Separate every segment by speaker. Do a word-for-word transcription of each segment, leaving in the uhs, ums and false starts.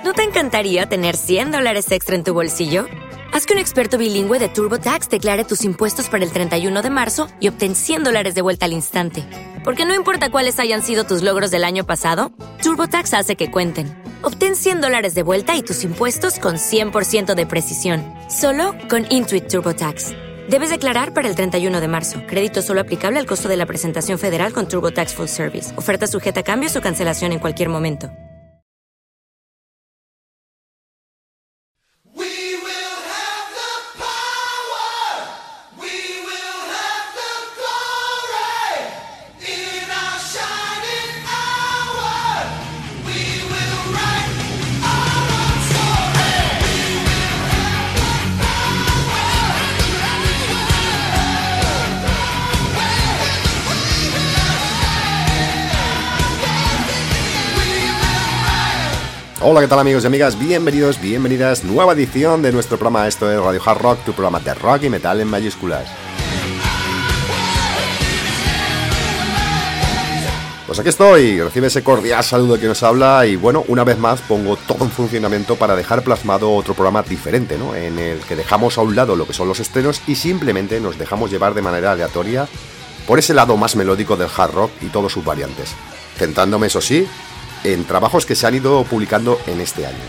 Speaker 1: ¿No te encantaría tener cien dólares extra en tu bolsillo? Haz que un experto bilingüe de TurboTax declare tus impuestos para el treinta y uno de marzo y obtén cien dólares de vuelta al instante. Porque no importa cuáles hayan sido tus logros del año pasado, TurboTax hace que cuenten. Obtén cien dólares de vuelta y tus impuestos con cien por ciento de precisión. Solo con Intuit TurboTax. Debes declarar para el treinta y uno de marzo. Crédito solo aplicable al costo de la presentación federal con TurboTax Full Service. Oferta sujeta a cambios o cancelación en cualquier momento.
Speaker 2: Hola, ¿qué tal amigos y amigas? Bienvenidos, bienvenidas, nueva edición de nuestro programa. Esto es Radio Hard Rock, tu programa de rock y metal en mayúsculas. Pues aquí estoy, recibe ese cordial saludo que nos habla y bueno, una vez más pongo todo en funcionamiento para dejar plasmado otro programa diferente, ¿no? En el que dejamos a un lado lo que son los estrenos y simplemente nos dejamos llevar de manera aleatoria por ese lado más melódico del hard rock y todas sus variantes, centrándome, eso sí, en trabajos que se han ido publicando en este año.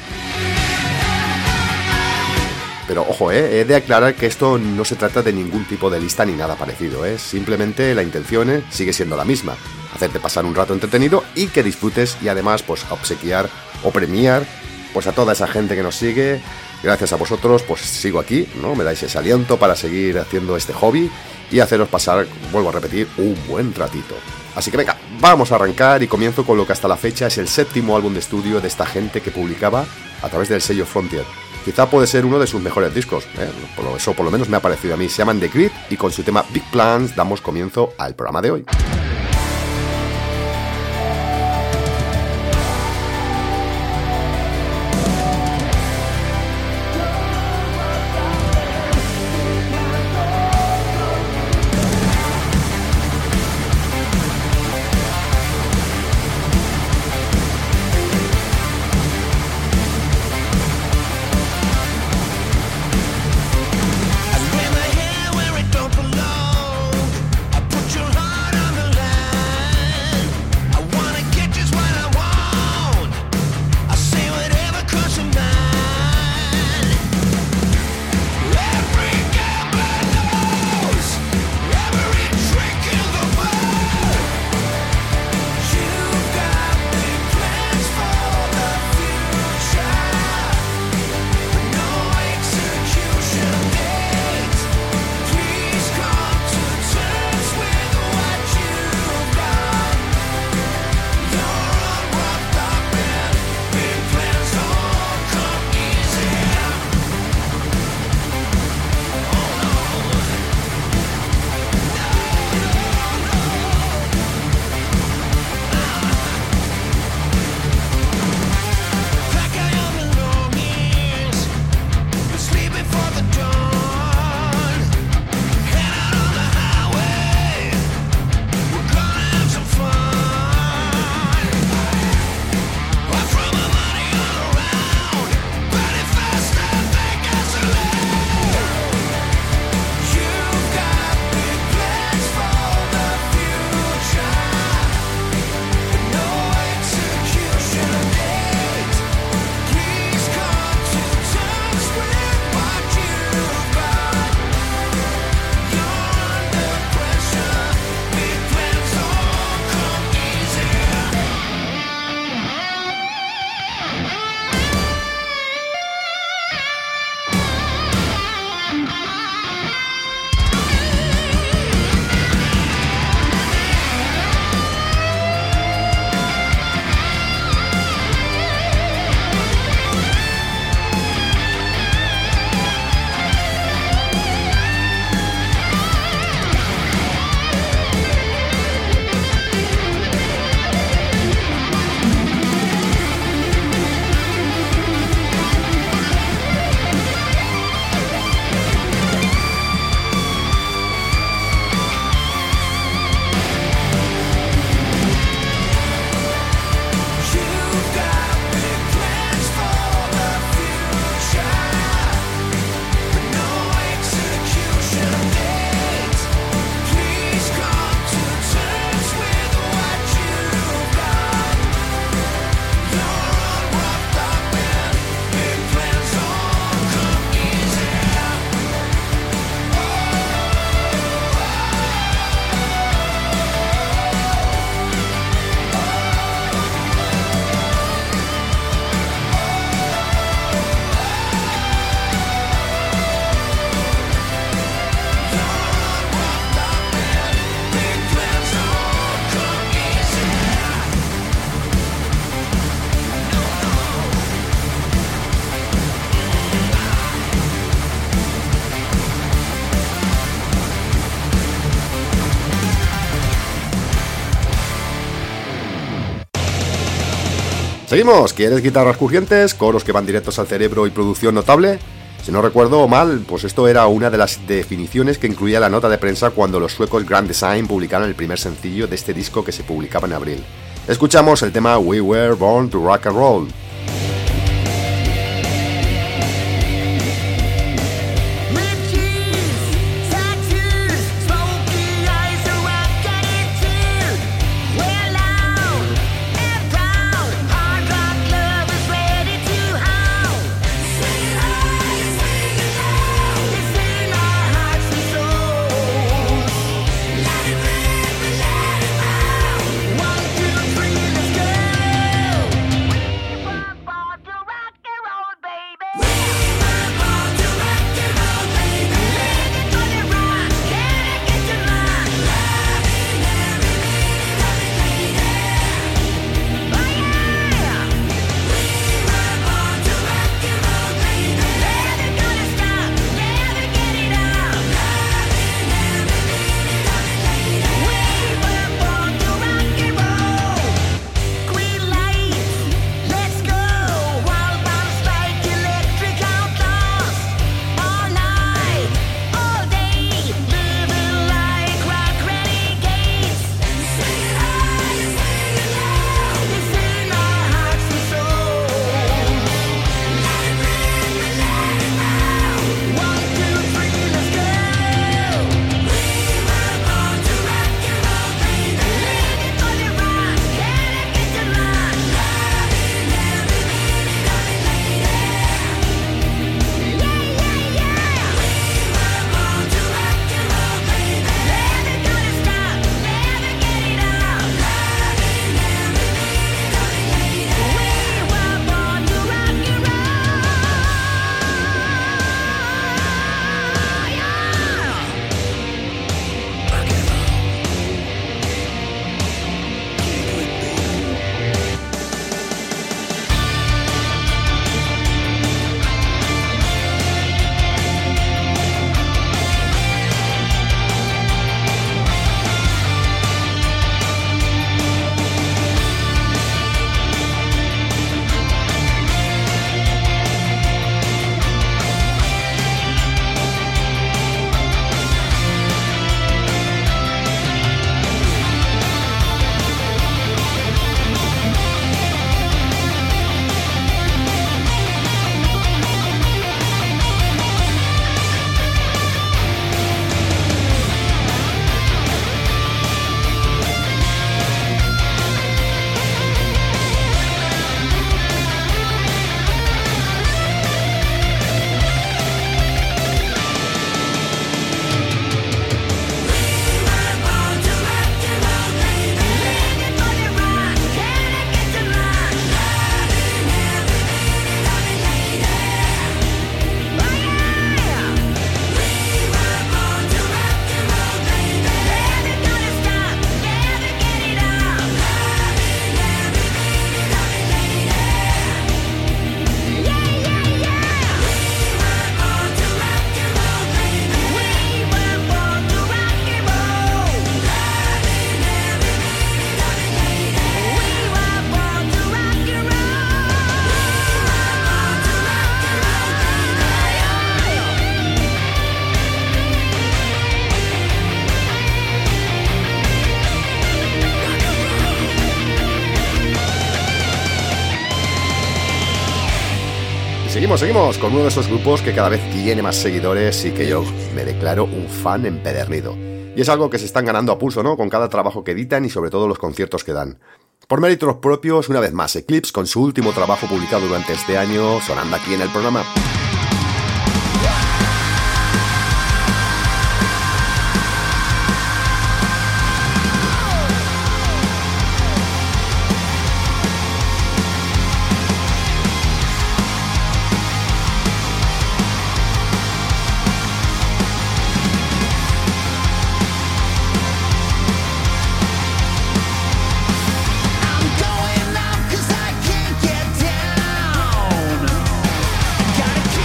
Speaker 2: Pero ojo, eh, he de aclarar que esto no se trata de ningún tipo de lista ni nada parecido, ¿eh? Simplemente la intención eh, sigue siendo la misma, hacerte pasar un rato entretenido y que disfrutes y además pues obsequiar o premiar pues a toda esa gente que nos sigue. Gracias a vosotros pues sigo aquí, ¿no? Me dais ese aliento para seguir haciendo este hobby y haceros pasar, vuelvo a repetir, un buen ratito. Así que venga, vamos a arrancar y comienzo con lo que hasta la fecha es el séptimo álbum de estudio de esta gente que publicaba a través del sello Frontier. Quizá puede ser uno de sus mejores discos, ¿eh? Por lo, eso por lo menos me ha parecido a mí. Se llaman The Grid y con su tema Big Plans damos comienzo al programa de hoy.
Speaker 3: Don't belong. I put your heart on the
Speaker 2: Seguimos, ¿quieres guitarras crujientes, coros que van directos al cerebro y producción notable? Si no recuerdo mal, pues esto era una de las definiciones que incluía la nota de prensa cuando los suecos Grand Design publicaron el primer sencillo de este disco que se publicaba en abril. Escuchamos el tema We Were Born to Rock and Roll. Seguimos, seguimos con uno de esos grupos que cada vez tiene más seguidores y que yo me declaro un fan empedernido. Y es algo que se están ganando a pulso, ¿no? Con cada trabajo que editan y sobre todo los conciertos que dan. Por méritos propios, una vez más, Eclipse con su último trabajo publicado durante este año, sonando aquí en el programa.
Speaker 3: Gotta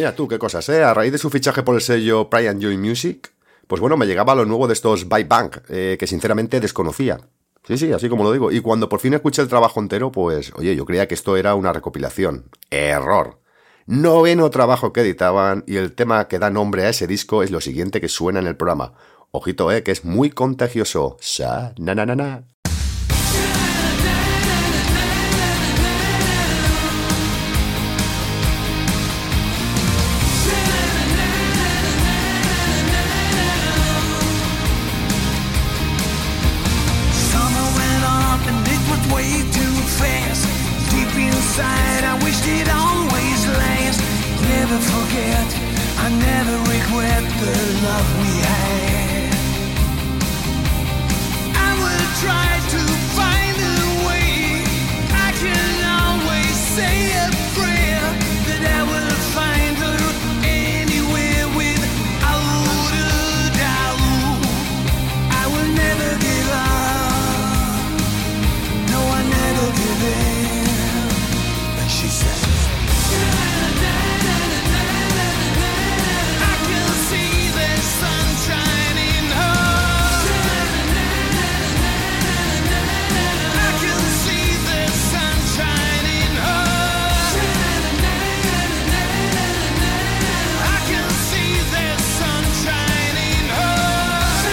Speaker 2: mira tú, qué cosas, ¿eh? A raíz de su fichaje por el sello Pride and Joy Music, pues bueno, me llegaba lo nuevo de estos Bye Bang, eh, que sinceramente desconocía. Sí, sí, así como lo digo. Y cuando por fin escuché el trabajo entero, pues, oye, yo creía que esto era una recopilación. Error. Noveno trabajo que editaban, y el tema que da nombre a ese disco es lo siguiente que suena en el programa. Ojito, eh, que es muy contagioso. Sa, na, na, na, na.
Speaker 3: I wished it always last. Never forget, I never regret the love we had. I will try to find a way. I can always say a prayer that I will find her anywhere without a doubt. I will never give up. No, I never give in. She said, I can see the sunshine in her. I can see the sunshine in her. I can see the sunshine in her.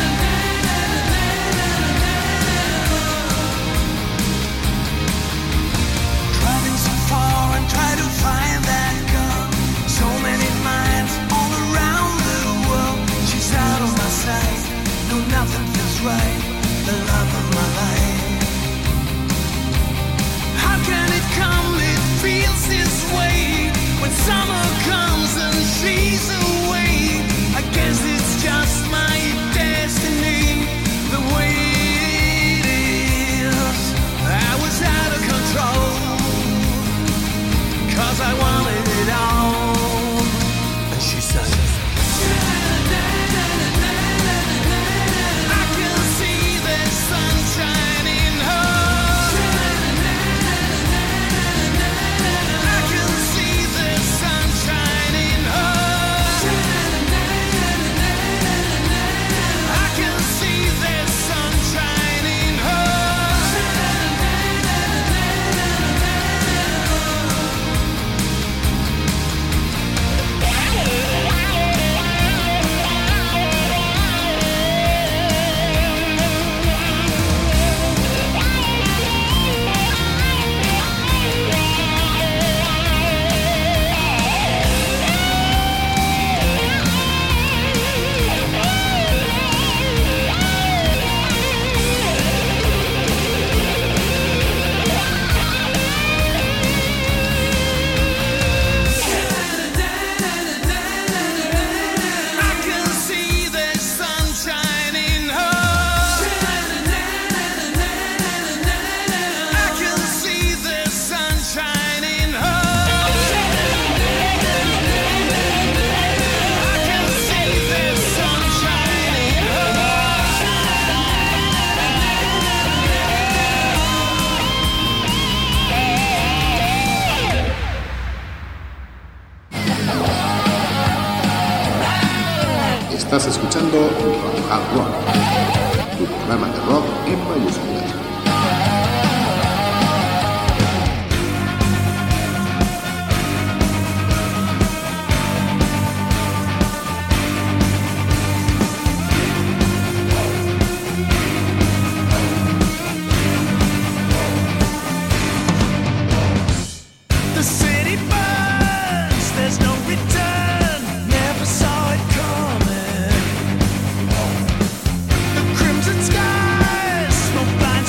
Speaker 3: Driving so far and try to find that girl. So many minds all around the world. She's out of my sight. No, nothing feels right. The love of my life. How can it come? It feels this way. When summer comes and she's away. I guess it's just my destiny. The way it is. I was out of control. Cause I wanted it all. And she said, I can see the sunshine in her. I can see the sunshine in her. I can see the sunshine in her.
Speaker 4: Estás escuchando Rock Hard Rock, tu programa de rock en mayúsculas.
Speaker 3: Crimson skies, no blind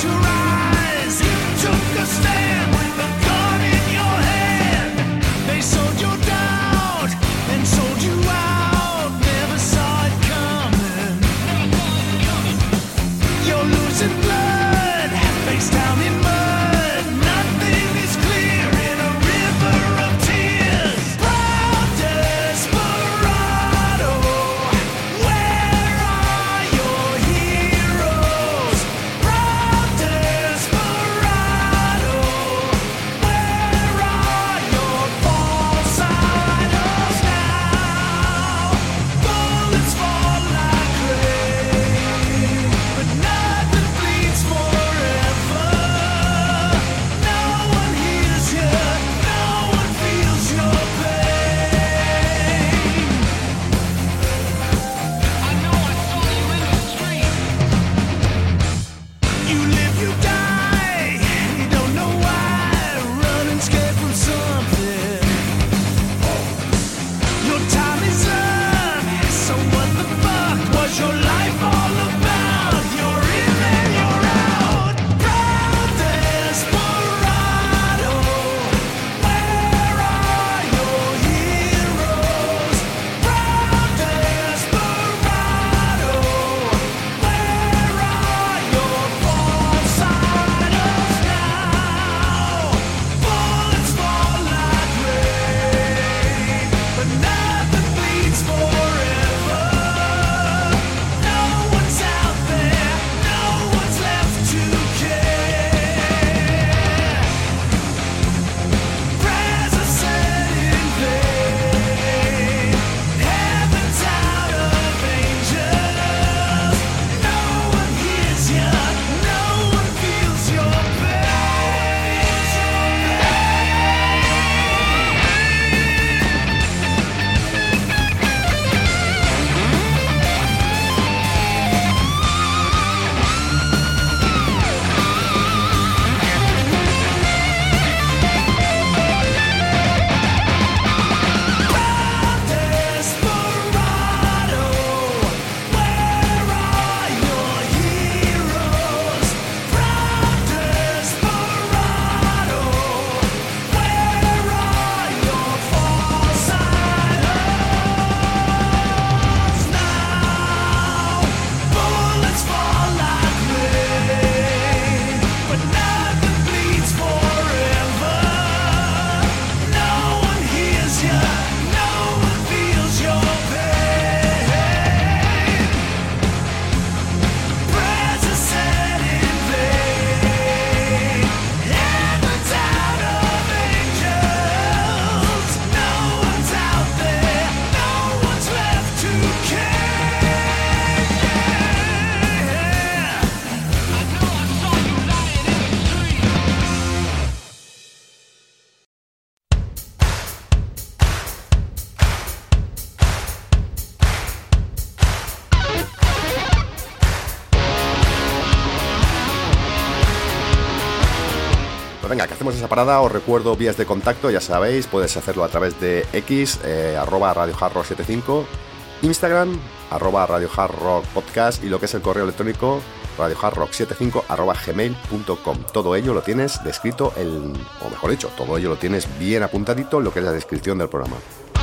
Speaker 2: Pues venga, que hacemos esa parada. Os recuerdo vías de contacto, ya sabéis, puedes hacerlo a través de X, eh, arroba Radio Hard Rock setenta y cinco, Instagram, arroba Radio Hard Rock Podcast, y lo que es el correo electrónico, radio hard rock setenta y cinco arroba gmail punto com. Todo ello lo tienes descrito, el, o mejor dicho, todo ello lo tienes bien apuntadito en lo que es la descripción del programa.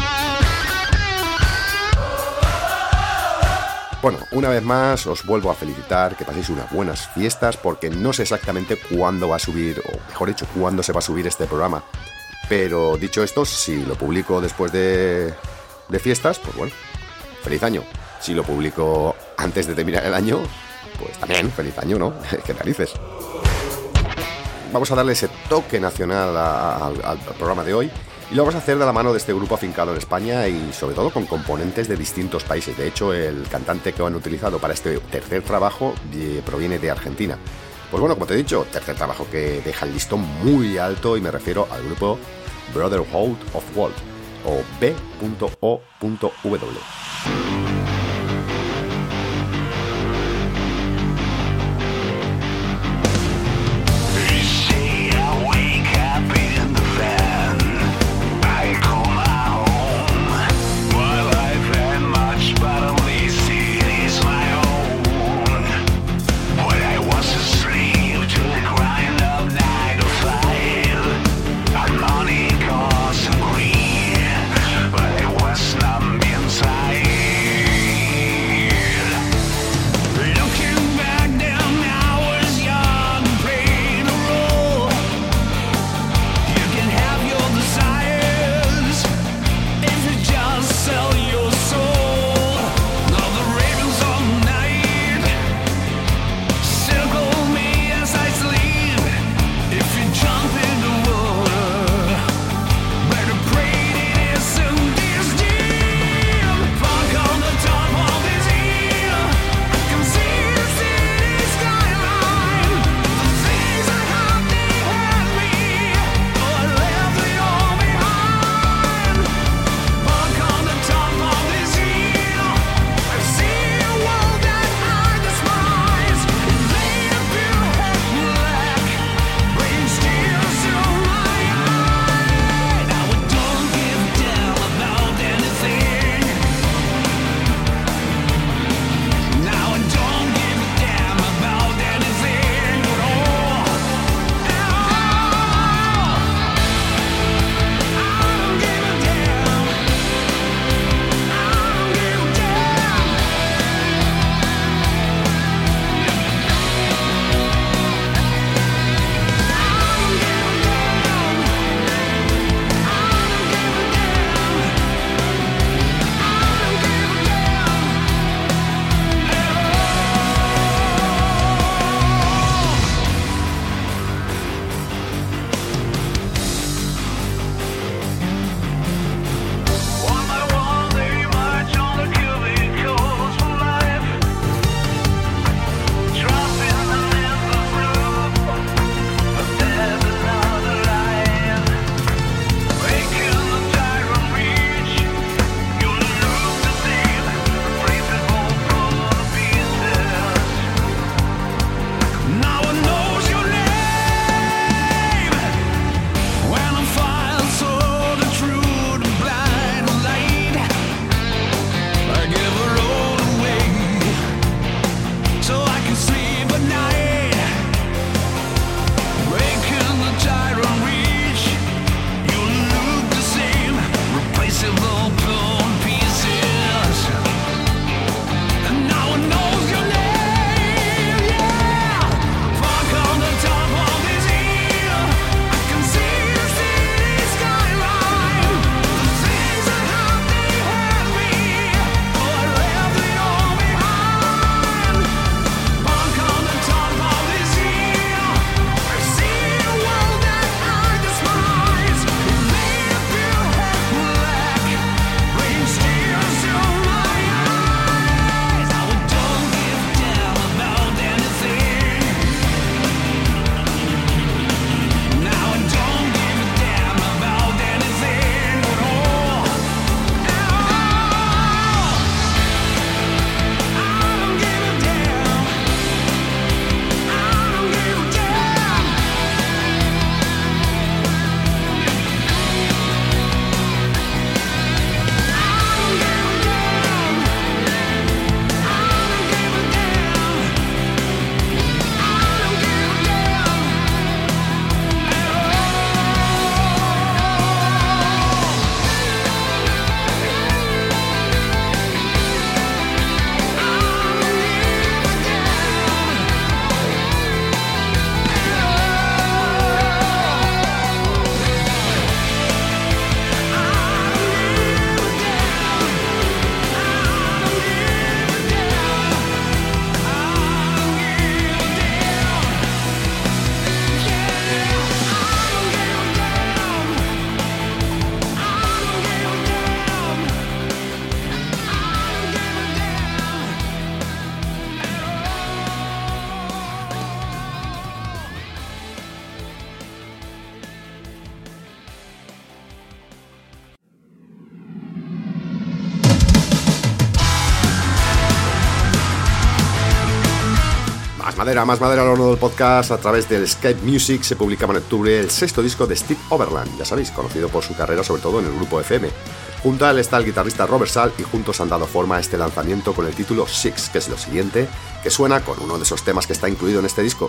Speaker 2: Bueno, una vez más os vuelvo a felicitar, que paséis unas buenas fiestas, porque no sé exactamente cuándo va a subir, o mejor dicho, cuándo se va a subir este programa. Pero dicho esto, si lo publico después de, de fiestas, pues bueno, feliz año. Si lo publico antes de terminar el año, pues también, feliz año, ¿no? ¡Qué narices! Vamos a darle ese toque nacional a, a, al programa de hoy. Y lo vamos a hacer de la mano de este grupo afincado en España y sobre todo con componentes de distintos países. De hecho, el cantante que han utilizado para este tercer trabajo eh, proviene de Argentina. Pues bueno, como te he dicho, tercer trabajo que deja el listón muy alto, y me refiero al grupo Brotherhood of Wolf, o B O W.
Speaker 5: Inside
Speaker 2: Madera, más madera al horno del podcast. A través del Escape Music se publicaba en octubre el sexto disco de Steve Overland, ya sabéis, conocido por su carrera sobre todo en el grupo F M. Junto a él está el guitarrista Robert Sall y juntos han dado forma a este lanzamiento con el título Six, que es lo siguiente, que suena con uno de esos temas que está incluido en este disco.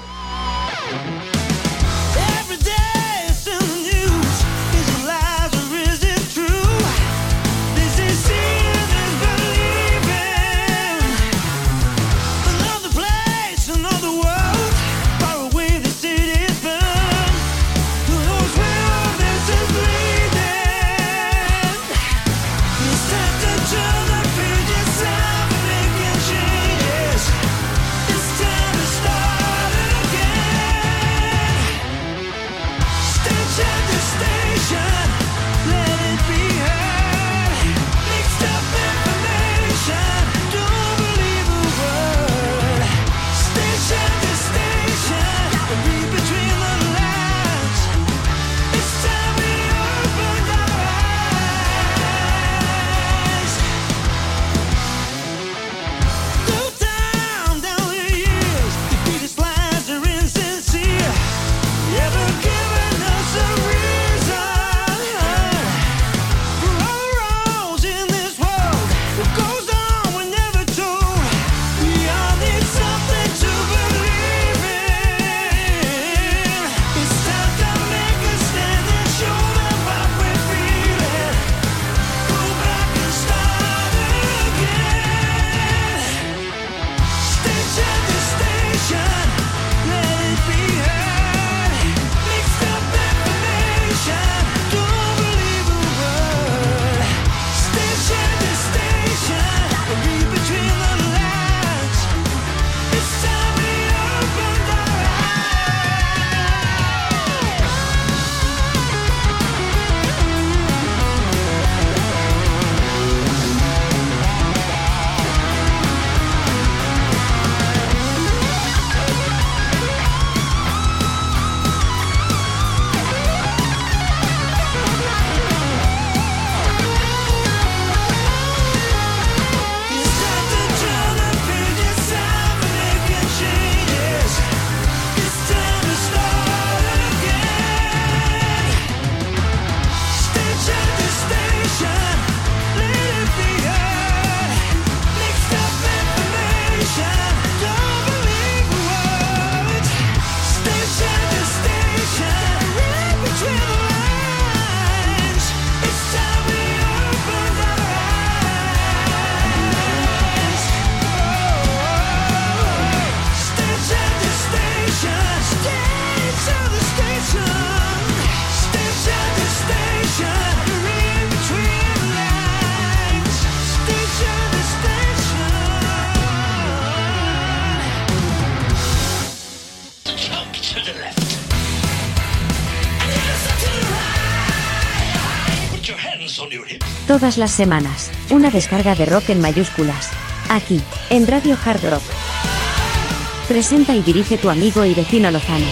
Speaker 5: Todas las semanas, una descarga de rock en mayúsculas. Aquí, en Radio Hard Rock. Presenta y dirige tu amigo y vecino Lozano.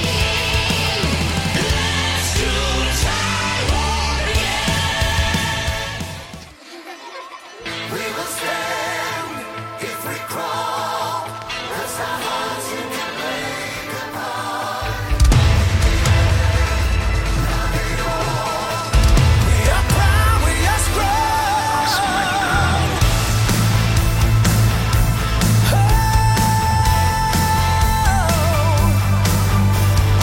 Speaker 3: Oh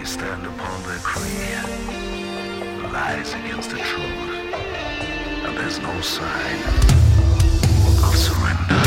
Speaker 6: stand upon their creed, lies against the truth, and there's no sign of surrender.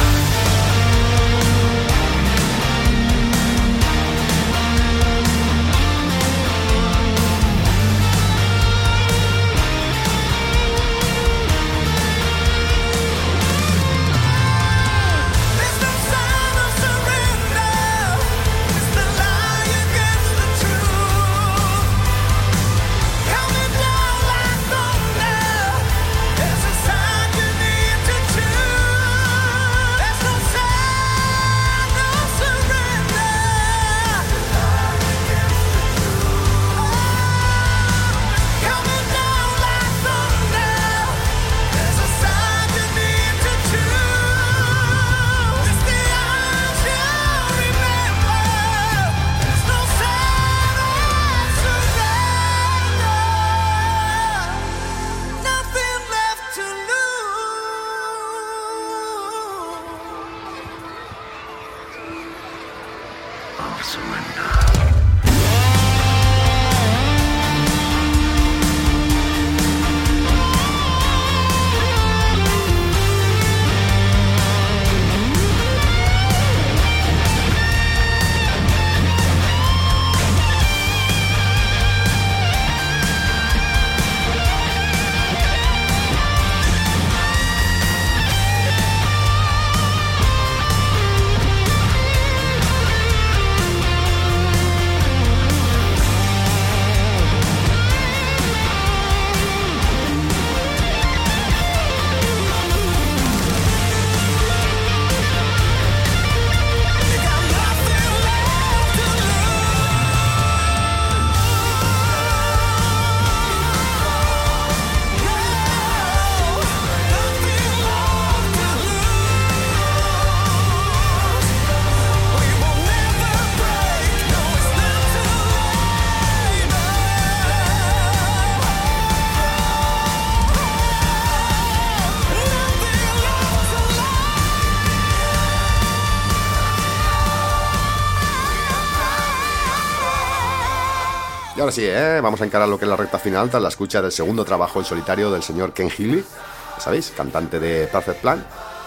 Speaker 2: Y ahora sí, ¿eh? Vamos a encarar lo que es la recta final tras la escucha del segundo trabajo en solitario del señor Ken Healy, ¿sabéis? Cantante de Perfect Plan.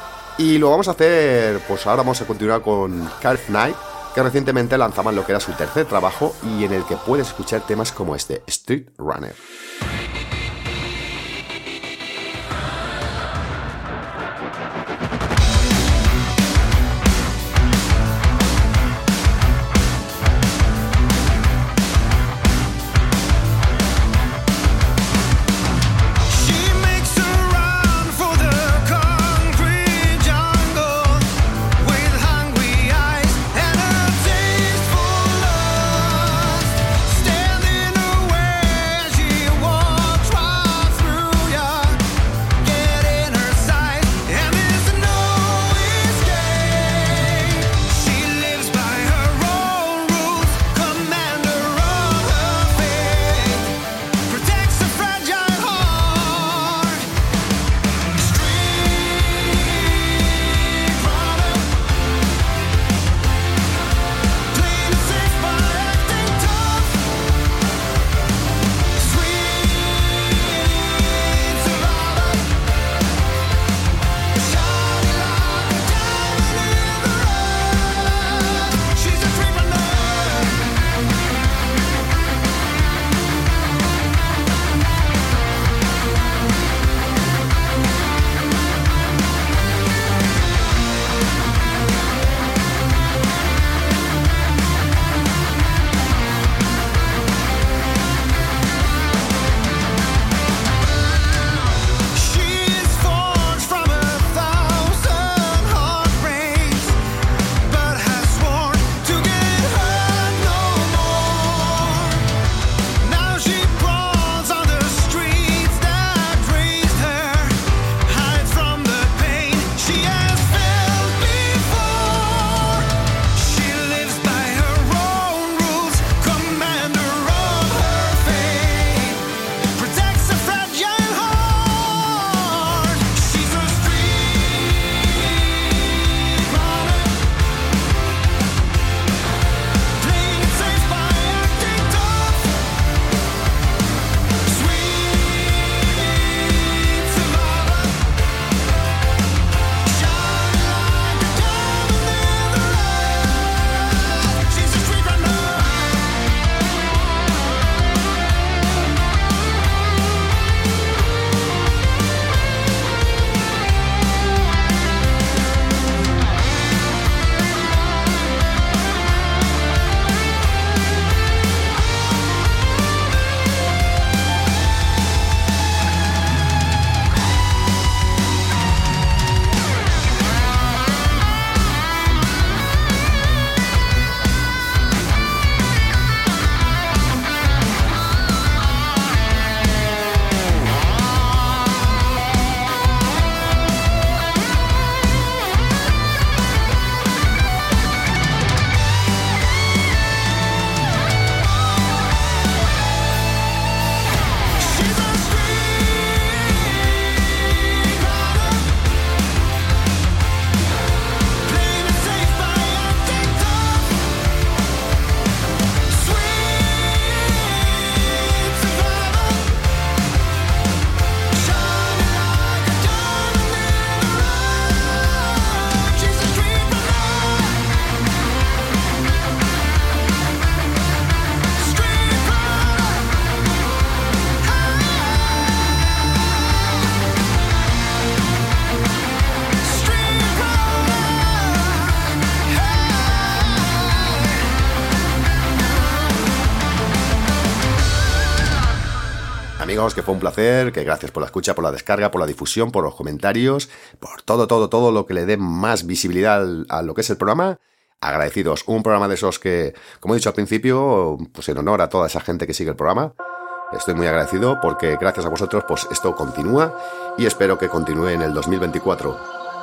Speaker 2: Y lo vamos a hacer, pues ahora vamos a continuar con Carve Knight, que recientemente lanzaban lo que era su tercer trabajo y en el que puedes escuchar temas como este, Street Runner.
Speaker 3: Standing away, she wants
Speaker 2: Amigos, que fue un placer, que gracias por la escucha, por la descarga, por la difusión, por los comentarios, por todo, todo, todo lo que le dé más visibilidad al, a lo que es el programa. Agradecidos. Un programa de esos que, como he dicho al principio, pues en honor a toda esa gente que sigue el programa, estoy muy agradecido porque gracias a vosotros pues esto continúa y espero que continúe en el dos mil veinticuatro.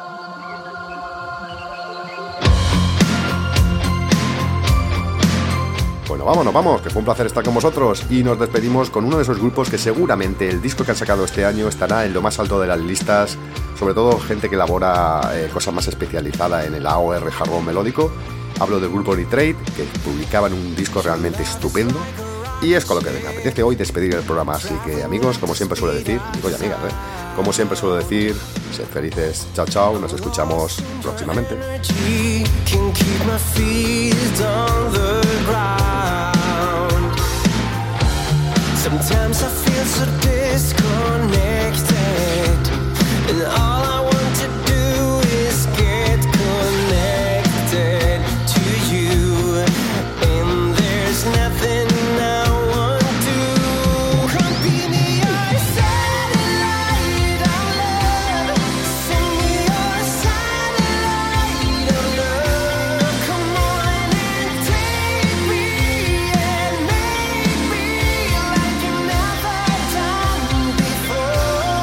Speaker 2: Bueno, vámonos, vamos, que fue un placer estar con vosotros y nos despedimos con uno de esos grupos que seguramente el disco que han sacado este año estará en lo más alto de las listas, sobre todo gente que elabora eh, cosas más especializadas en el A O R hard rock melódico. Hablo del grupo Nitrate, que publicaban un disco realmente estupendo y es con lo que me apetece hoy despedir el programa, así que amigos, como siempre suelo decir, amigos y amigas, ¿eh? como siempre suelo decir, sed felices, chao chao, nos escuchamos próximamente.
Speaker 3: Sometimes I feel so disconnected, and all I want to do is get connected to you, and there's nothing I want to. Come be me your satellite of love, send me your satellite of love. Come on and take me and make me like you never done before.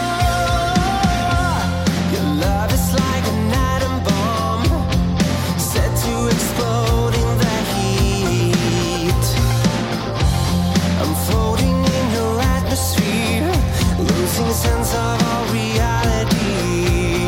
Speaker 3: Your love is like an atom bomb, set to explode in the heat. I'm floating in your atmosphere, losing sense of all reality.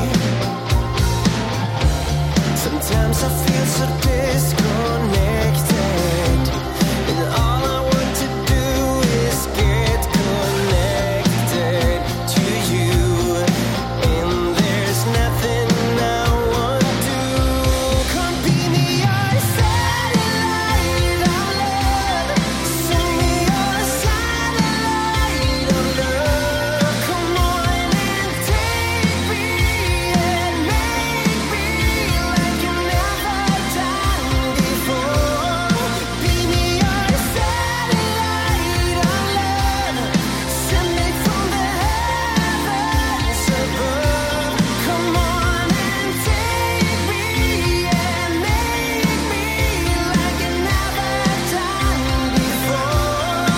Speaker 3: Sometimes I feel so disconnected, and all I want to do is get connected to you, and there's nothing I want to. Come be me your satellite of love, send me your satellite of love. Come on and take me and make me like you never done before. Be me your satellite of love, send me from the heavens above. Come on and take me and make me like you never done before.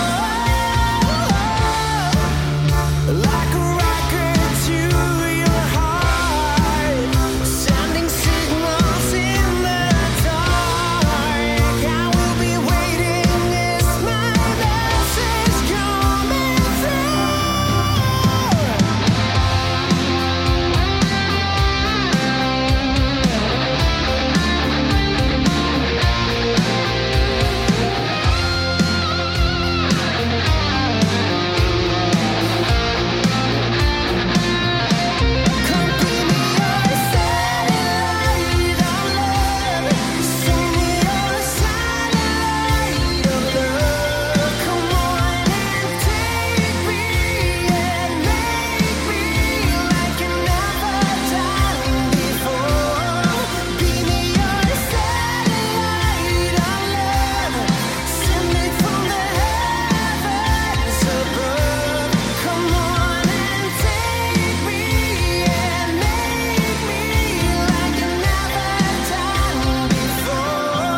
Speaker 3: Like a rocket to your heart, sending signals in the dark. I will be waiting, is my message coming through? Come be me your satellite of love, send me your satellite of love. Come on and take me and make me like you never done before. Be me your satellite of love, send me from the heavens above. Come on and take me and make me like you never done before.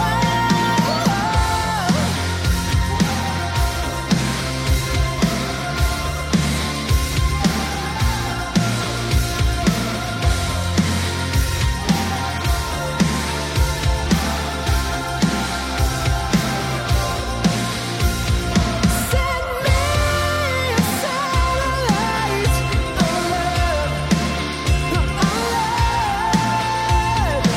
Speaker 3: Send me a satellite of love, of love.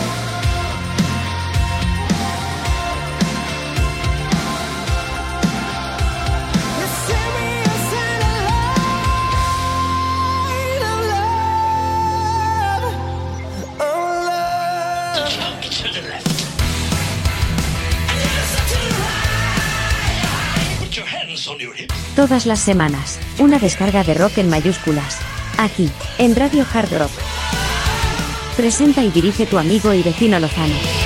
Speaker 3: Send me a satellite of love, of love.
Speaker 6: To the left. Put your hands on your hips.
Speaker 5: Todas las semanas, una descarga de rock en mayúsculas. Aquí, en Radio Hard Rock. Presenta y dirige tu amigo y vecino Lozano.